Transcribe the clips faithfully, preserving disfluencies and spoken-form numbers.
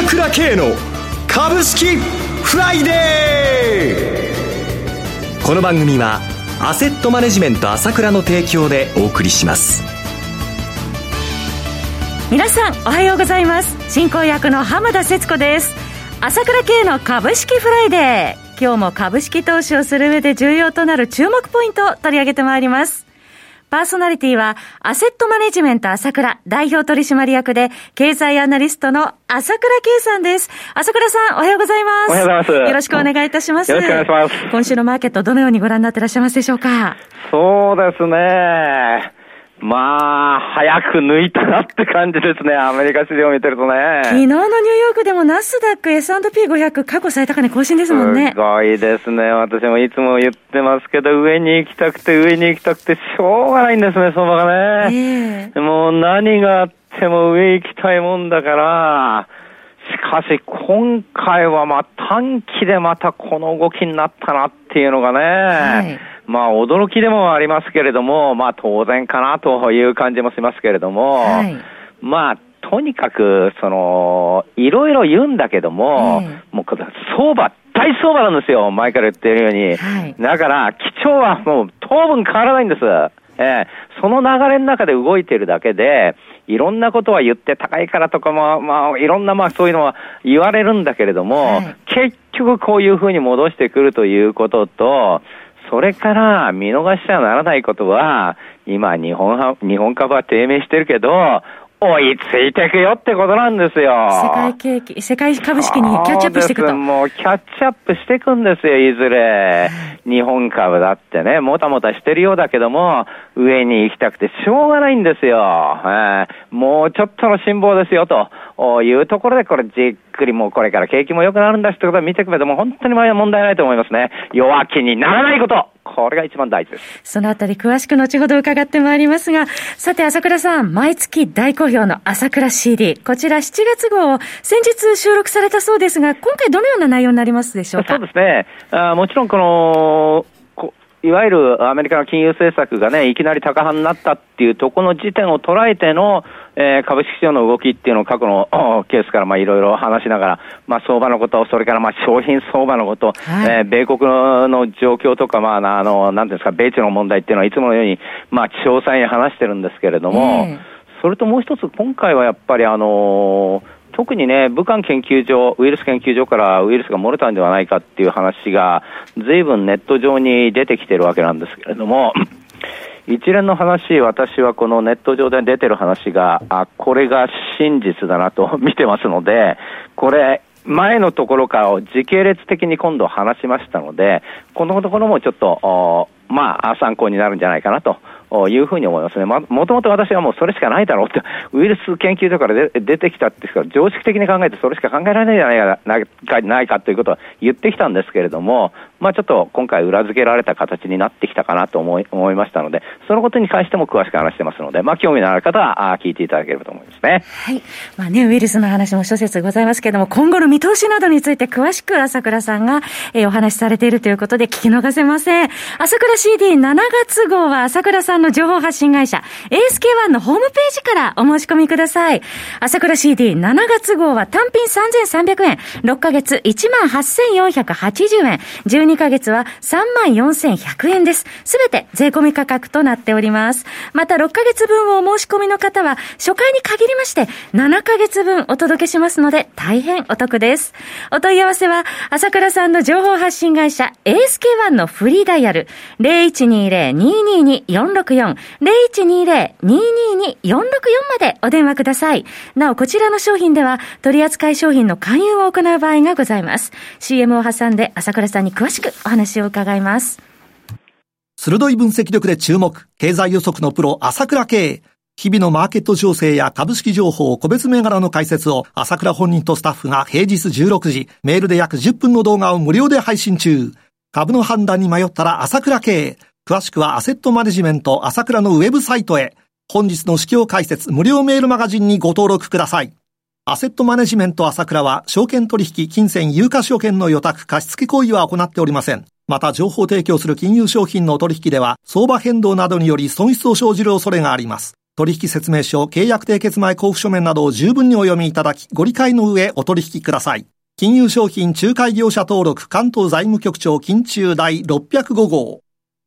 倉慶の株式フライデー。この番組はアセットマネジメント朝倉の提供でお送りします。 皆さんおはようございます。進行役の浜田節子です。朝倉慶の株式フライデー、今日も株式投資をする上で重要となる注目ポイントを取り上げてまいります。パーソナリティはアセットマネジメント朝倉代表取締役で経済アナリストの朝倉慶さんです。朝倉さんおはようございます。 おはようございます。 よろしくお願いいたします。 よろしくお願いします。 今週のマーケットどのようにご覧になっていらっしゃいますでしょうか。 そうですね、まあ早く抜いたなって感じですね。アメリカ市場を見てるとね、 昨日のニューヨークでもナスダック エスアンドピーごひゃく 過去最高値更新ですもんね。 すごいですね。私もいつも言ってますけど、上に行きたくて上に行きたくてしょうがないんですね、相場がね、えー、もう何があっても上行きたいもんだから。しかし今回はまあ短期でまたこの動きになったなっていうのがね、はい、まあ驚きでもありますけれども、まあ当然かなという感じもしますけれども、はい、まあとにかくそのいろいろ言うんだけども、えー、もう相場大相場なんですよ、前から言っているように、はい、だから基調はもう当分変わらないんです。えー、その流れの中で動いているだけで、いろんなことは言って高いからとかも、まあいろんなまあそういうのは言われるんだけれども、はい、結局こういうふうに戻してくるということと、それから見逃しちゃならないことは、今日本は日本株は低迷してるけど追いついていくよってことなんですよ。 世界景気、世界株式にキャッチアップしていくと。 もうキャッチアップしていくんですよ、いずれ。日本株だってね、もたもたしてるようだけども、上に行きたくてしょうがないんですよ。えー、もうちょっとの辛抱ですよ、というところで、これじっくりもうこれから景気も良くなるんだしってことを見ていくけども、本当に問題ないと思いますね。弱気にならないこと。これが一番大事です。 そのあたり詳しく後ほど伺ってまいりますが、さて朝倉さん、毎月大好評の朝倉 シーディー、こちらしちがつ号を先日収録されたそうですが、今回どのような内容になりますでしょうか。 そうですね、あもちろんこのこいわゆるアメリカの金融政策がね、いきなり高派になったっていうところの時点を捉えての、えー、株式市場の動きっていうのを過去のケースからまあいろいろ話しながら、まあ相場のこと、それからまあ商品相場のこと、はい、えー、米国の状況とか、まああの、なんていうんですか、米中の問題っていうのはいつものように、まあ詳細に話してるんですけれども、えー、それともう一つ今回はやっぱりあのー、特にね、武漢研究所、ウイルス研究所からウイルスが漏れたんではないかっていう話が随分ネット上に出てきてるわけなんですけれども、一連の話、私はこのネット上で出てる話が、あ、これが真実だなと見てますので、これ、前のところからを時系列的に今度話しましたので、このところもちょっと、まあ、参考になるんじゃないかなというふうに思いますね。ま、もともと私はもうそれしかないだろうって、ウイルス研究所からで出てきたっていうか、常識的に考えてそれしか考えられないじゃないか、ないかということは言ってきたんですけれども、まあちょっと今回裏付けられた形になってきたかなと思い、思いましたので、そのことに関しても詳しく話してますので、まあ興味のある方は聞いていただければと思いますね。 はい。まあね、ウイルスの話も諸説ございますけれども、今後の見通しなどについて詳しく朝倉さんが、えー、お話しされているということで聞き逃せません。朝倉 シーディーしちがつ号は朝倉さんの情報発信会社 エーエスケーワン のホームページからお申し込みください。朝倉 シーディーしちがつ号は単品さんぜんさんびゃくえん、ろっかげつ いちまんはっせんよんひゃくはちじゅうえん、じゅうにかげつは さんまんよんせんひゃくえんです。すべて税込み価格となっております。またろっかげつぶんをお申し込みの方は初回に限りましてななかげつぶんお届けしますので大変お得です。お問い合わせは朝倉さんの情報発信会社 エーエスケーワン のフリーダイヤル ゼロいちにゼロ にーにーにー よんろくよん ゼロいちにゼロ にーにーにー よんろくよんまでお電話ください。なおこちらの商品では取扱い商品の勧誘を行う場合がございます。 シーエム を挟んで朝倉さんに詳しくお話を伺います。 鋭い分析力で注目、経済予測のプロ朝倉慶。日々のマーケット情勢や株式情報、個別銘柄の解説を朝倉本人とスタッフが平日じゅうろくじ、メールで約じゅっぷんの動画を無料で配信中。株の判断に迷ったら朝倉慶。詳しくはアセットマネジメント朝倉のウェブサイトへ。本日の指標解説無料メールマガジンにご登録ください。アセットマネジメント朝倉は証券取引、金銭、有価証券の予託、貸付行為は行っておりません。また情報提供する金融商品の取引では相場変動などにより損失を生じる恐れがあります。 取引説明書、契約締結前交付書面などを十分にお読みいただき、ご理解の上お取引ください。金融商品仲介業者登録関東財務局長金中第ろっぴゃくご号。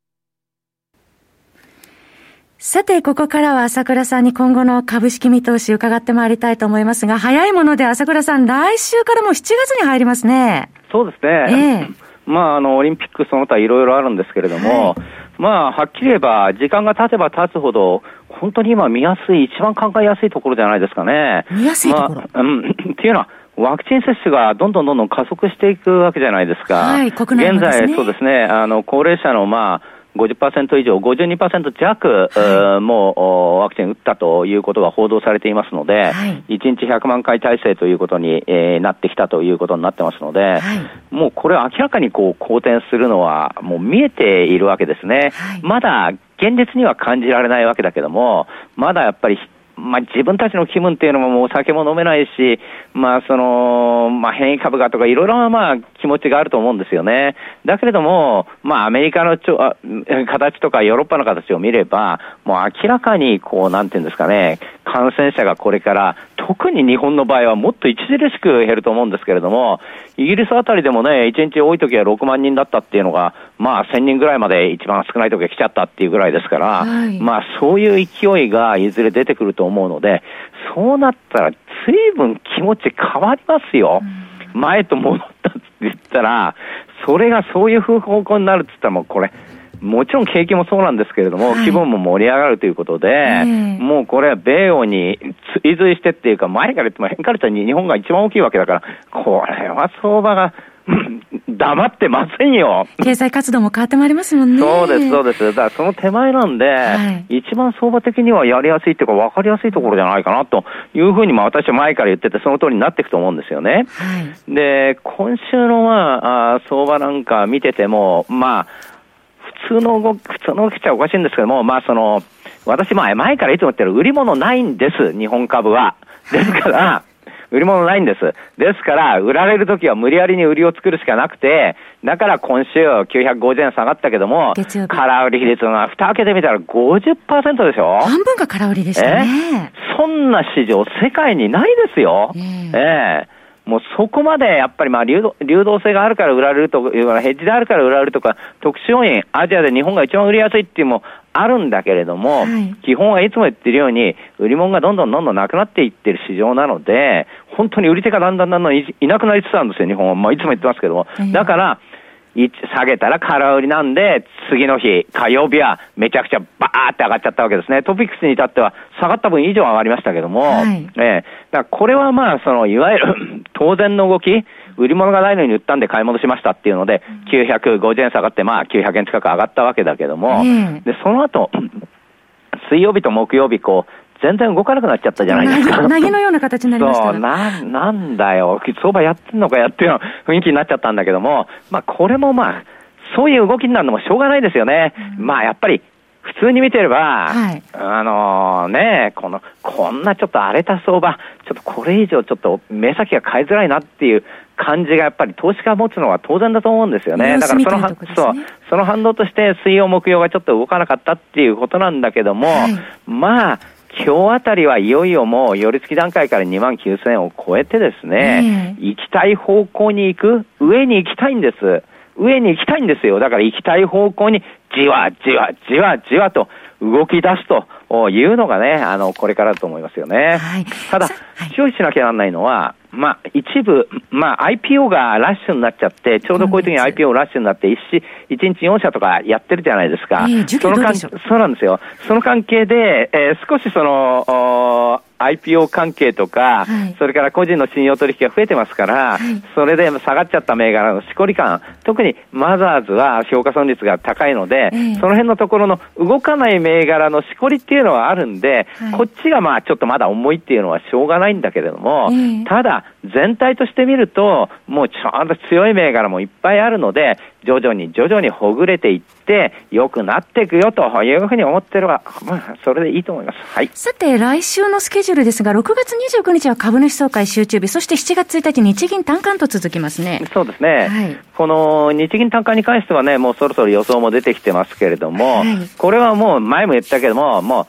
さて、ここからは朝倉さんに今後の株式見通し伺ってまいりたいと思いますが、早いもので朝倉さん、来週からもうしちがつに入りますね。 そうですね。ええ、まあ、あの、オリンピックその他いろいろあるんですけれども、はい、まあ、はっきり言えば、時間が経てば経つほど、本当に今見やすい、一番考えやすいところじゃないですかね。 見やすいところ、 まあ、うん、っていうのは、ワクチン接種がどんどんどんどん加速していくわけじゃないですか。 はい、国内もですね。 現在、そうですね、あの、高齢者の、まあ、ごじゅっパーセント 以上、ごじゅうにパーセント 弱、はい、もうワクチン打ったということが報道されていますので、はい、いちにちひゃくまんかい体制ということに、えー、なってきたということになってますので、はい、もうこれ明らかにこう好転するのはもう見えているわけですね。はい、まだ現実には感じられないわけだけども、まだやっぱりまあ、自分たちの気分っていうのももう酒も飲めないし、まあその、まあ変異株がとかいろいろなまあ気持ちがあると思うんですよね。だけれども、まあアメリカのちょあ形とかヨーロッパの形を見れば、もう明らかにこうなんていうんですかね、感染者がこれから特に日本の場合はもっと著しく減ると思うんですけれども、イギリスあたりでもね、いちにち多い時はろくまんにんだったっていうのが、まあせんにんぐらいまで一番少ない時が来ちゃったっていうぐらいですから、はい、まあそういう勢いがいずれ出てくると思うので、そうなったら随分気持ち変わりますよ。うん、前と戻ったって言ったら、それがそういう方向になるって言ったらもうこれ、もちろん景気もそうなんですけれども、はい、気分も盛り上がるということで、えー、もうこれは米欧に追随してっていうか、前から言っても変化率は日本が一番大きいわけだから、これは相場が黙ってませんよ。 経済活動も変わってまいりますもんね。 そうです、そうです。だからその手前なんで、はい、一番相場的にはやりやすいっていうか分かりやすいところじゃないかなというふうに、まあ私は前から言っててその通りになっていくと思うんですよね。はい、で、今週のまあ、あ相場なんか見てても、まあ、普通の動き、普通の動きっちゃおかしいんですけども、まあその、私前前からいつも言ってる売り物ないんです、日本株は。ですから、売り物ないんです。ですから、売られるときは無理やりに売りを作るしかなくて、だから今週きゅうひゃくごじゅうえん下がったけども、空売り比率が蓋開けてみたら ごじゅっパーセント でしょ。 半分が空売りでしたね。 そんな市場世界にないですよ。えー、えーもうそこまでやっぱりまあ流動、流動性があるから売られるというヘッジであるから売られるとか、特殊要因、アジアで日本が一番売りやすいっていうのもあるんだけれども、はい、基本はいつも言ってるように売り物がどんどんどんどんなくなっていってる市場なので、本当に売り手がだんだんだんだん い, いなくなりつつあるんですよ、日本は。まあいつも言ってますけども。だから、下げたら空売りなんで、次の日、火曜日はめちゃくちゃバーって上がっちゃったわけですね。トピックスに至っては下がった分以上上がりましたけども、はい、えー、だからこれはまあ、その、いわゆる当然の動き、売り物がないのに売ったんで買い戻しましたっていうので、きゅうひゃくごじゅうえん下がって、まあ、きゅうひゃくえん近く上がったわけだけども、うん、で、その後、水曜日と木曜日、こう、全然動かなくなっちゃったじゃないですか。 投げのような形になりました。 そう、な、なんだよ。相場やってんのかやってるの雰囲気になっちゃったんだけども、まあこれもまあ、そういう動きになるのもしょうがないですよね。うん、まあやっぱり、普通に見てれば、はい、あのー、ね、この、こんなちょっと荒れた相場、ちょっとこれ以上ちょっと目先が買いづらいなっていう感じがやっぱり投資家が持つのは当然だと思うんですよね。だからその、ね、そう、その反動として水曜木曜がちょっと動かなかったっていうことなんだけども、はい、まあ、今日あたりはいよいよもう寄り付き段階からにまんきゅうせんえんを超えてですね、えー、行きたい方向に行く、上に行きたいんです。上に行きたいんですよ。だから行きたい方向にじわじわじわじわと動き出すというのがね、あの、これからだと思いますよね。はい、ただ、はい、注意しなきゃならないのは、まあ、一部、まあ、アイピーオー がラッシュになっちゃって、ちょうどこういう時に アイピーオー ラッシュになって、一日によんしゃとかやってるじゃないですか。 えー、その関そうなんですよ。その関係で、えー、少しその、アイピーオー 関係とか、はい、それから個人の信用取引が増えてますから、はい、それで下がっちゃった銘柄のしこり感、特にマザーズは評価損率が高いので、えー、その辺のところの動かない銘柄のしこりっていうのはあるんで、はい、こっちがまあちょっとまだ重いっていうのはしょうがないんだけれども、えー、ただ全体として見ると、もうちゃんと強い銘柄もいっぱいあるので、徐々に徐々にほぐれていって良くなっていくよというふうに思ってるわ。まあ、それでいいと思います。はい。 さて、来週のスケジュールですが、ろくがつにじゅうくにちは株主総会集中日、そしてしちがつついたち日銀短観と続きますね。 そうですね。はい、この日銀短観に関してはね、もうそろそろ予想も出てきてますけれども、はい、これはもう前も言ったけども、もう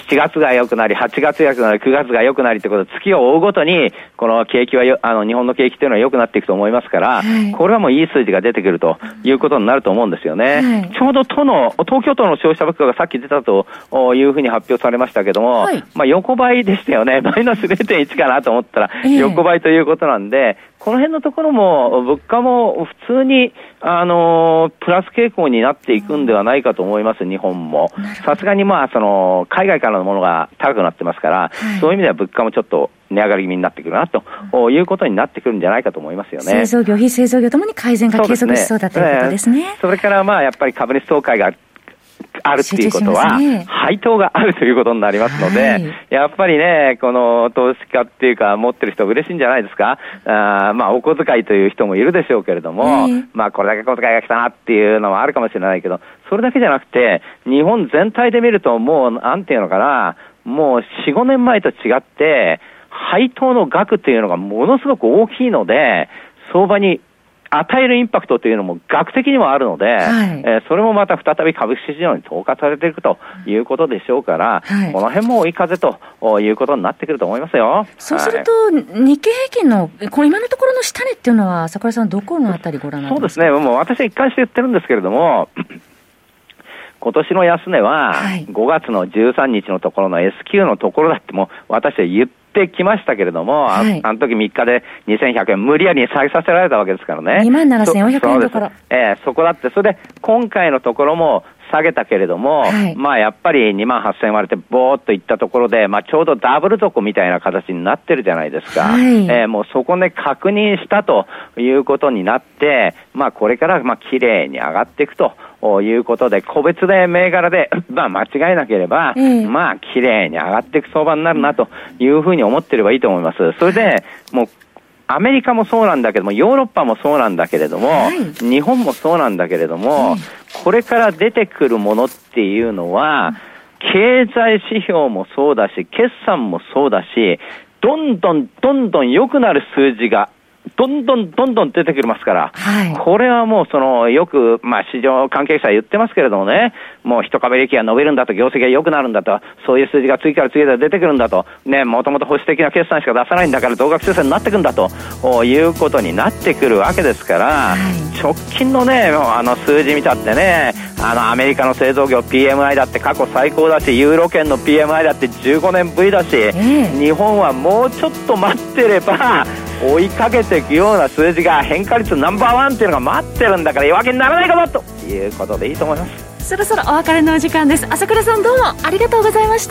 しちがつが良くなり、はちがつが良くなり、くがつが良くなりってことで、月を追うごとに、この景気はよ、あの、日本の景気っていうのは良くなっていくと思いますから、はい、これはもういい数字が出てくるということになると思うんですよね。はい、ちょうど都の、東京都の消費者物価がさっき出たというふうに発表されましたけども、はい、まあ横ばいでしたよね。マイナス れいてんいち かなと思ったら、横ばいということなんで、えーこの辺のところも物価も普通にあのプラス傾向になっていくんではないかと思います。日本もさすがにまあその海外からのものが高くなってますから、はい、そういう意味では物価もちょっと値上がり気味になってくるなと、うん、いうことになってくるんじゃないかと思いますよね。 製造業非製造業ともに改善が継続しそうだということですね。えー、 それからまあやっぱり株主総会があるっていうことは、ね、配当があるということになりますので、はい、やっぱりね、この投資家っていうか持ってる人嬉しいんじゃないですか。あまあお小遣いという人もいるでしょうけれども、えー、まあこれだけ小遣いが来たなっていうのはあるかもしれないけど、それだけじゃなくて日本全体で見るともうなんていうのかな、もう よん、ごねんまえと違って配当の額っていうのがものすごく大きいので、相場に与えるインパクトというのも額的にもあるので、はい、えー、それもまた再び株式市場に投下されていくということでしょうから、はい、この辺も追い風ということになってくると思いますよ。 そうすると、はい、日経平均のこれ今のところの下値っていうのは桜井さんどこのあたりご覧になってますか？ そうですね、もう私は一貫して言ってるんですけれども今年の安値はごがつのじゅうさんにちのところの S q のところだってもう私は言ってってきましたけれども、はい、あ, あの時みっかでにせんひゃくえん無理やりに下げさせられたわけですからね。 にまんななせんよんひゃくえんのところ。 えー、そこだって、それで今回のところも下げたけれども、はい、まあやっぱりにまんはっせん割れてボーっといったところで、まあちょうどダブル底みたいな形になってるじゃないですか。はい、えー、もうそこで確認したということになって、まあこれからまあ綺麗に上がっていくということで、個別で銘柄で、まあ間違えなければ、えー、まあ綺麗に上がっていく相場になるなというふうに思ってればいいと思います。それで、もうアメリカもそうなんだけども、ヨーロッパもそうなんだけれども、はい、日本もそうなんだけれども、はい、これから出てくるものっていうのは、経済指標もそうだし、決算もそうだし、どんどんどんどん良くなる数字がどんどんどんどん出てくりますから、はい、これはもうそのよく、まあ、市場関係者は言ってますけれどもね、もう一株利益が伸びるんだと、業績が良くなるんだと、そういう数字が次から次へと出てくるんだと、ね、もともと保守的な決算しか出さないんだから増額修正になってくるんだということになってくるわけですから、はい、直近のね、もうあの数字見たってね、あのアメリカの製造業 ピーエムアイ だって過去最高だし、ユーロ圏の ピーエムアイ だってじゅうごねんぶりだし、えー、日本はもうちょっと待ってれば追いかけていくような数字が変化率ナンバーワンっていうのが待ってるんだから弱気にならないかもということでいいと思います。 そろそろお別れのお時間です。朝倉さんどうもありがとうございました。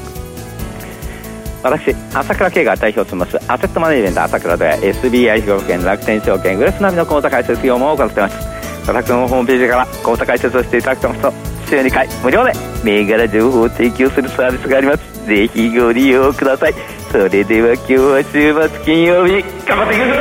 私朝倉慶が代表しますアセットマネジメント朝倉では エスビーアイ 兵庫県楽天証券グレスナビの口座開設業務を行っています。私のホームページから口座開設をしていただくと週にかい無料で銘柄情報を提供するサービスがあります。ぜひご利用ください。それでは今日は週末金曜日頑張っていくぞ。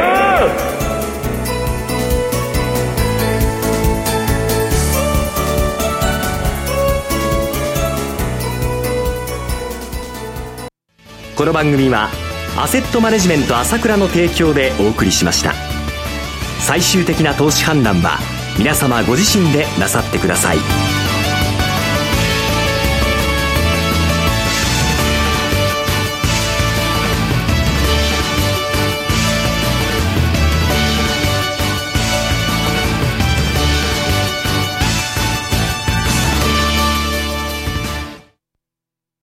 この番組はアセットマネジメント朝倉の提供でお送りしました。最終的な投資判断は皆様ご自身でなさってください。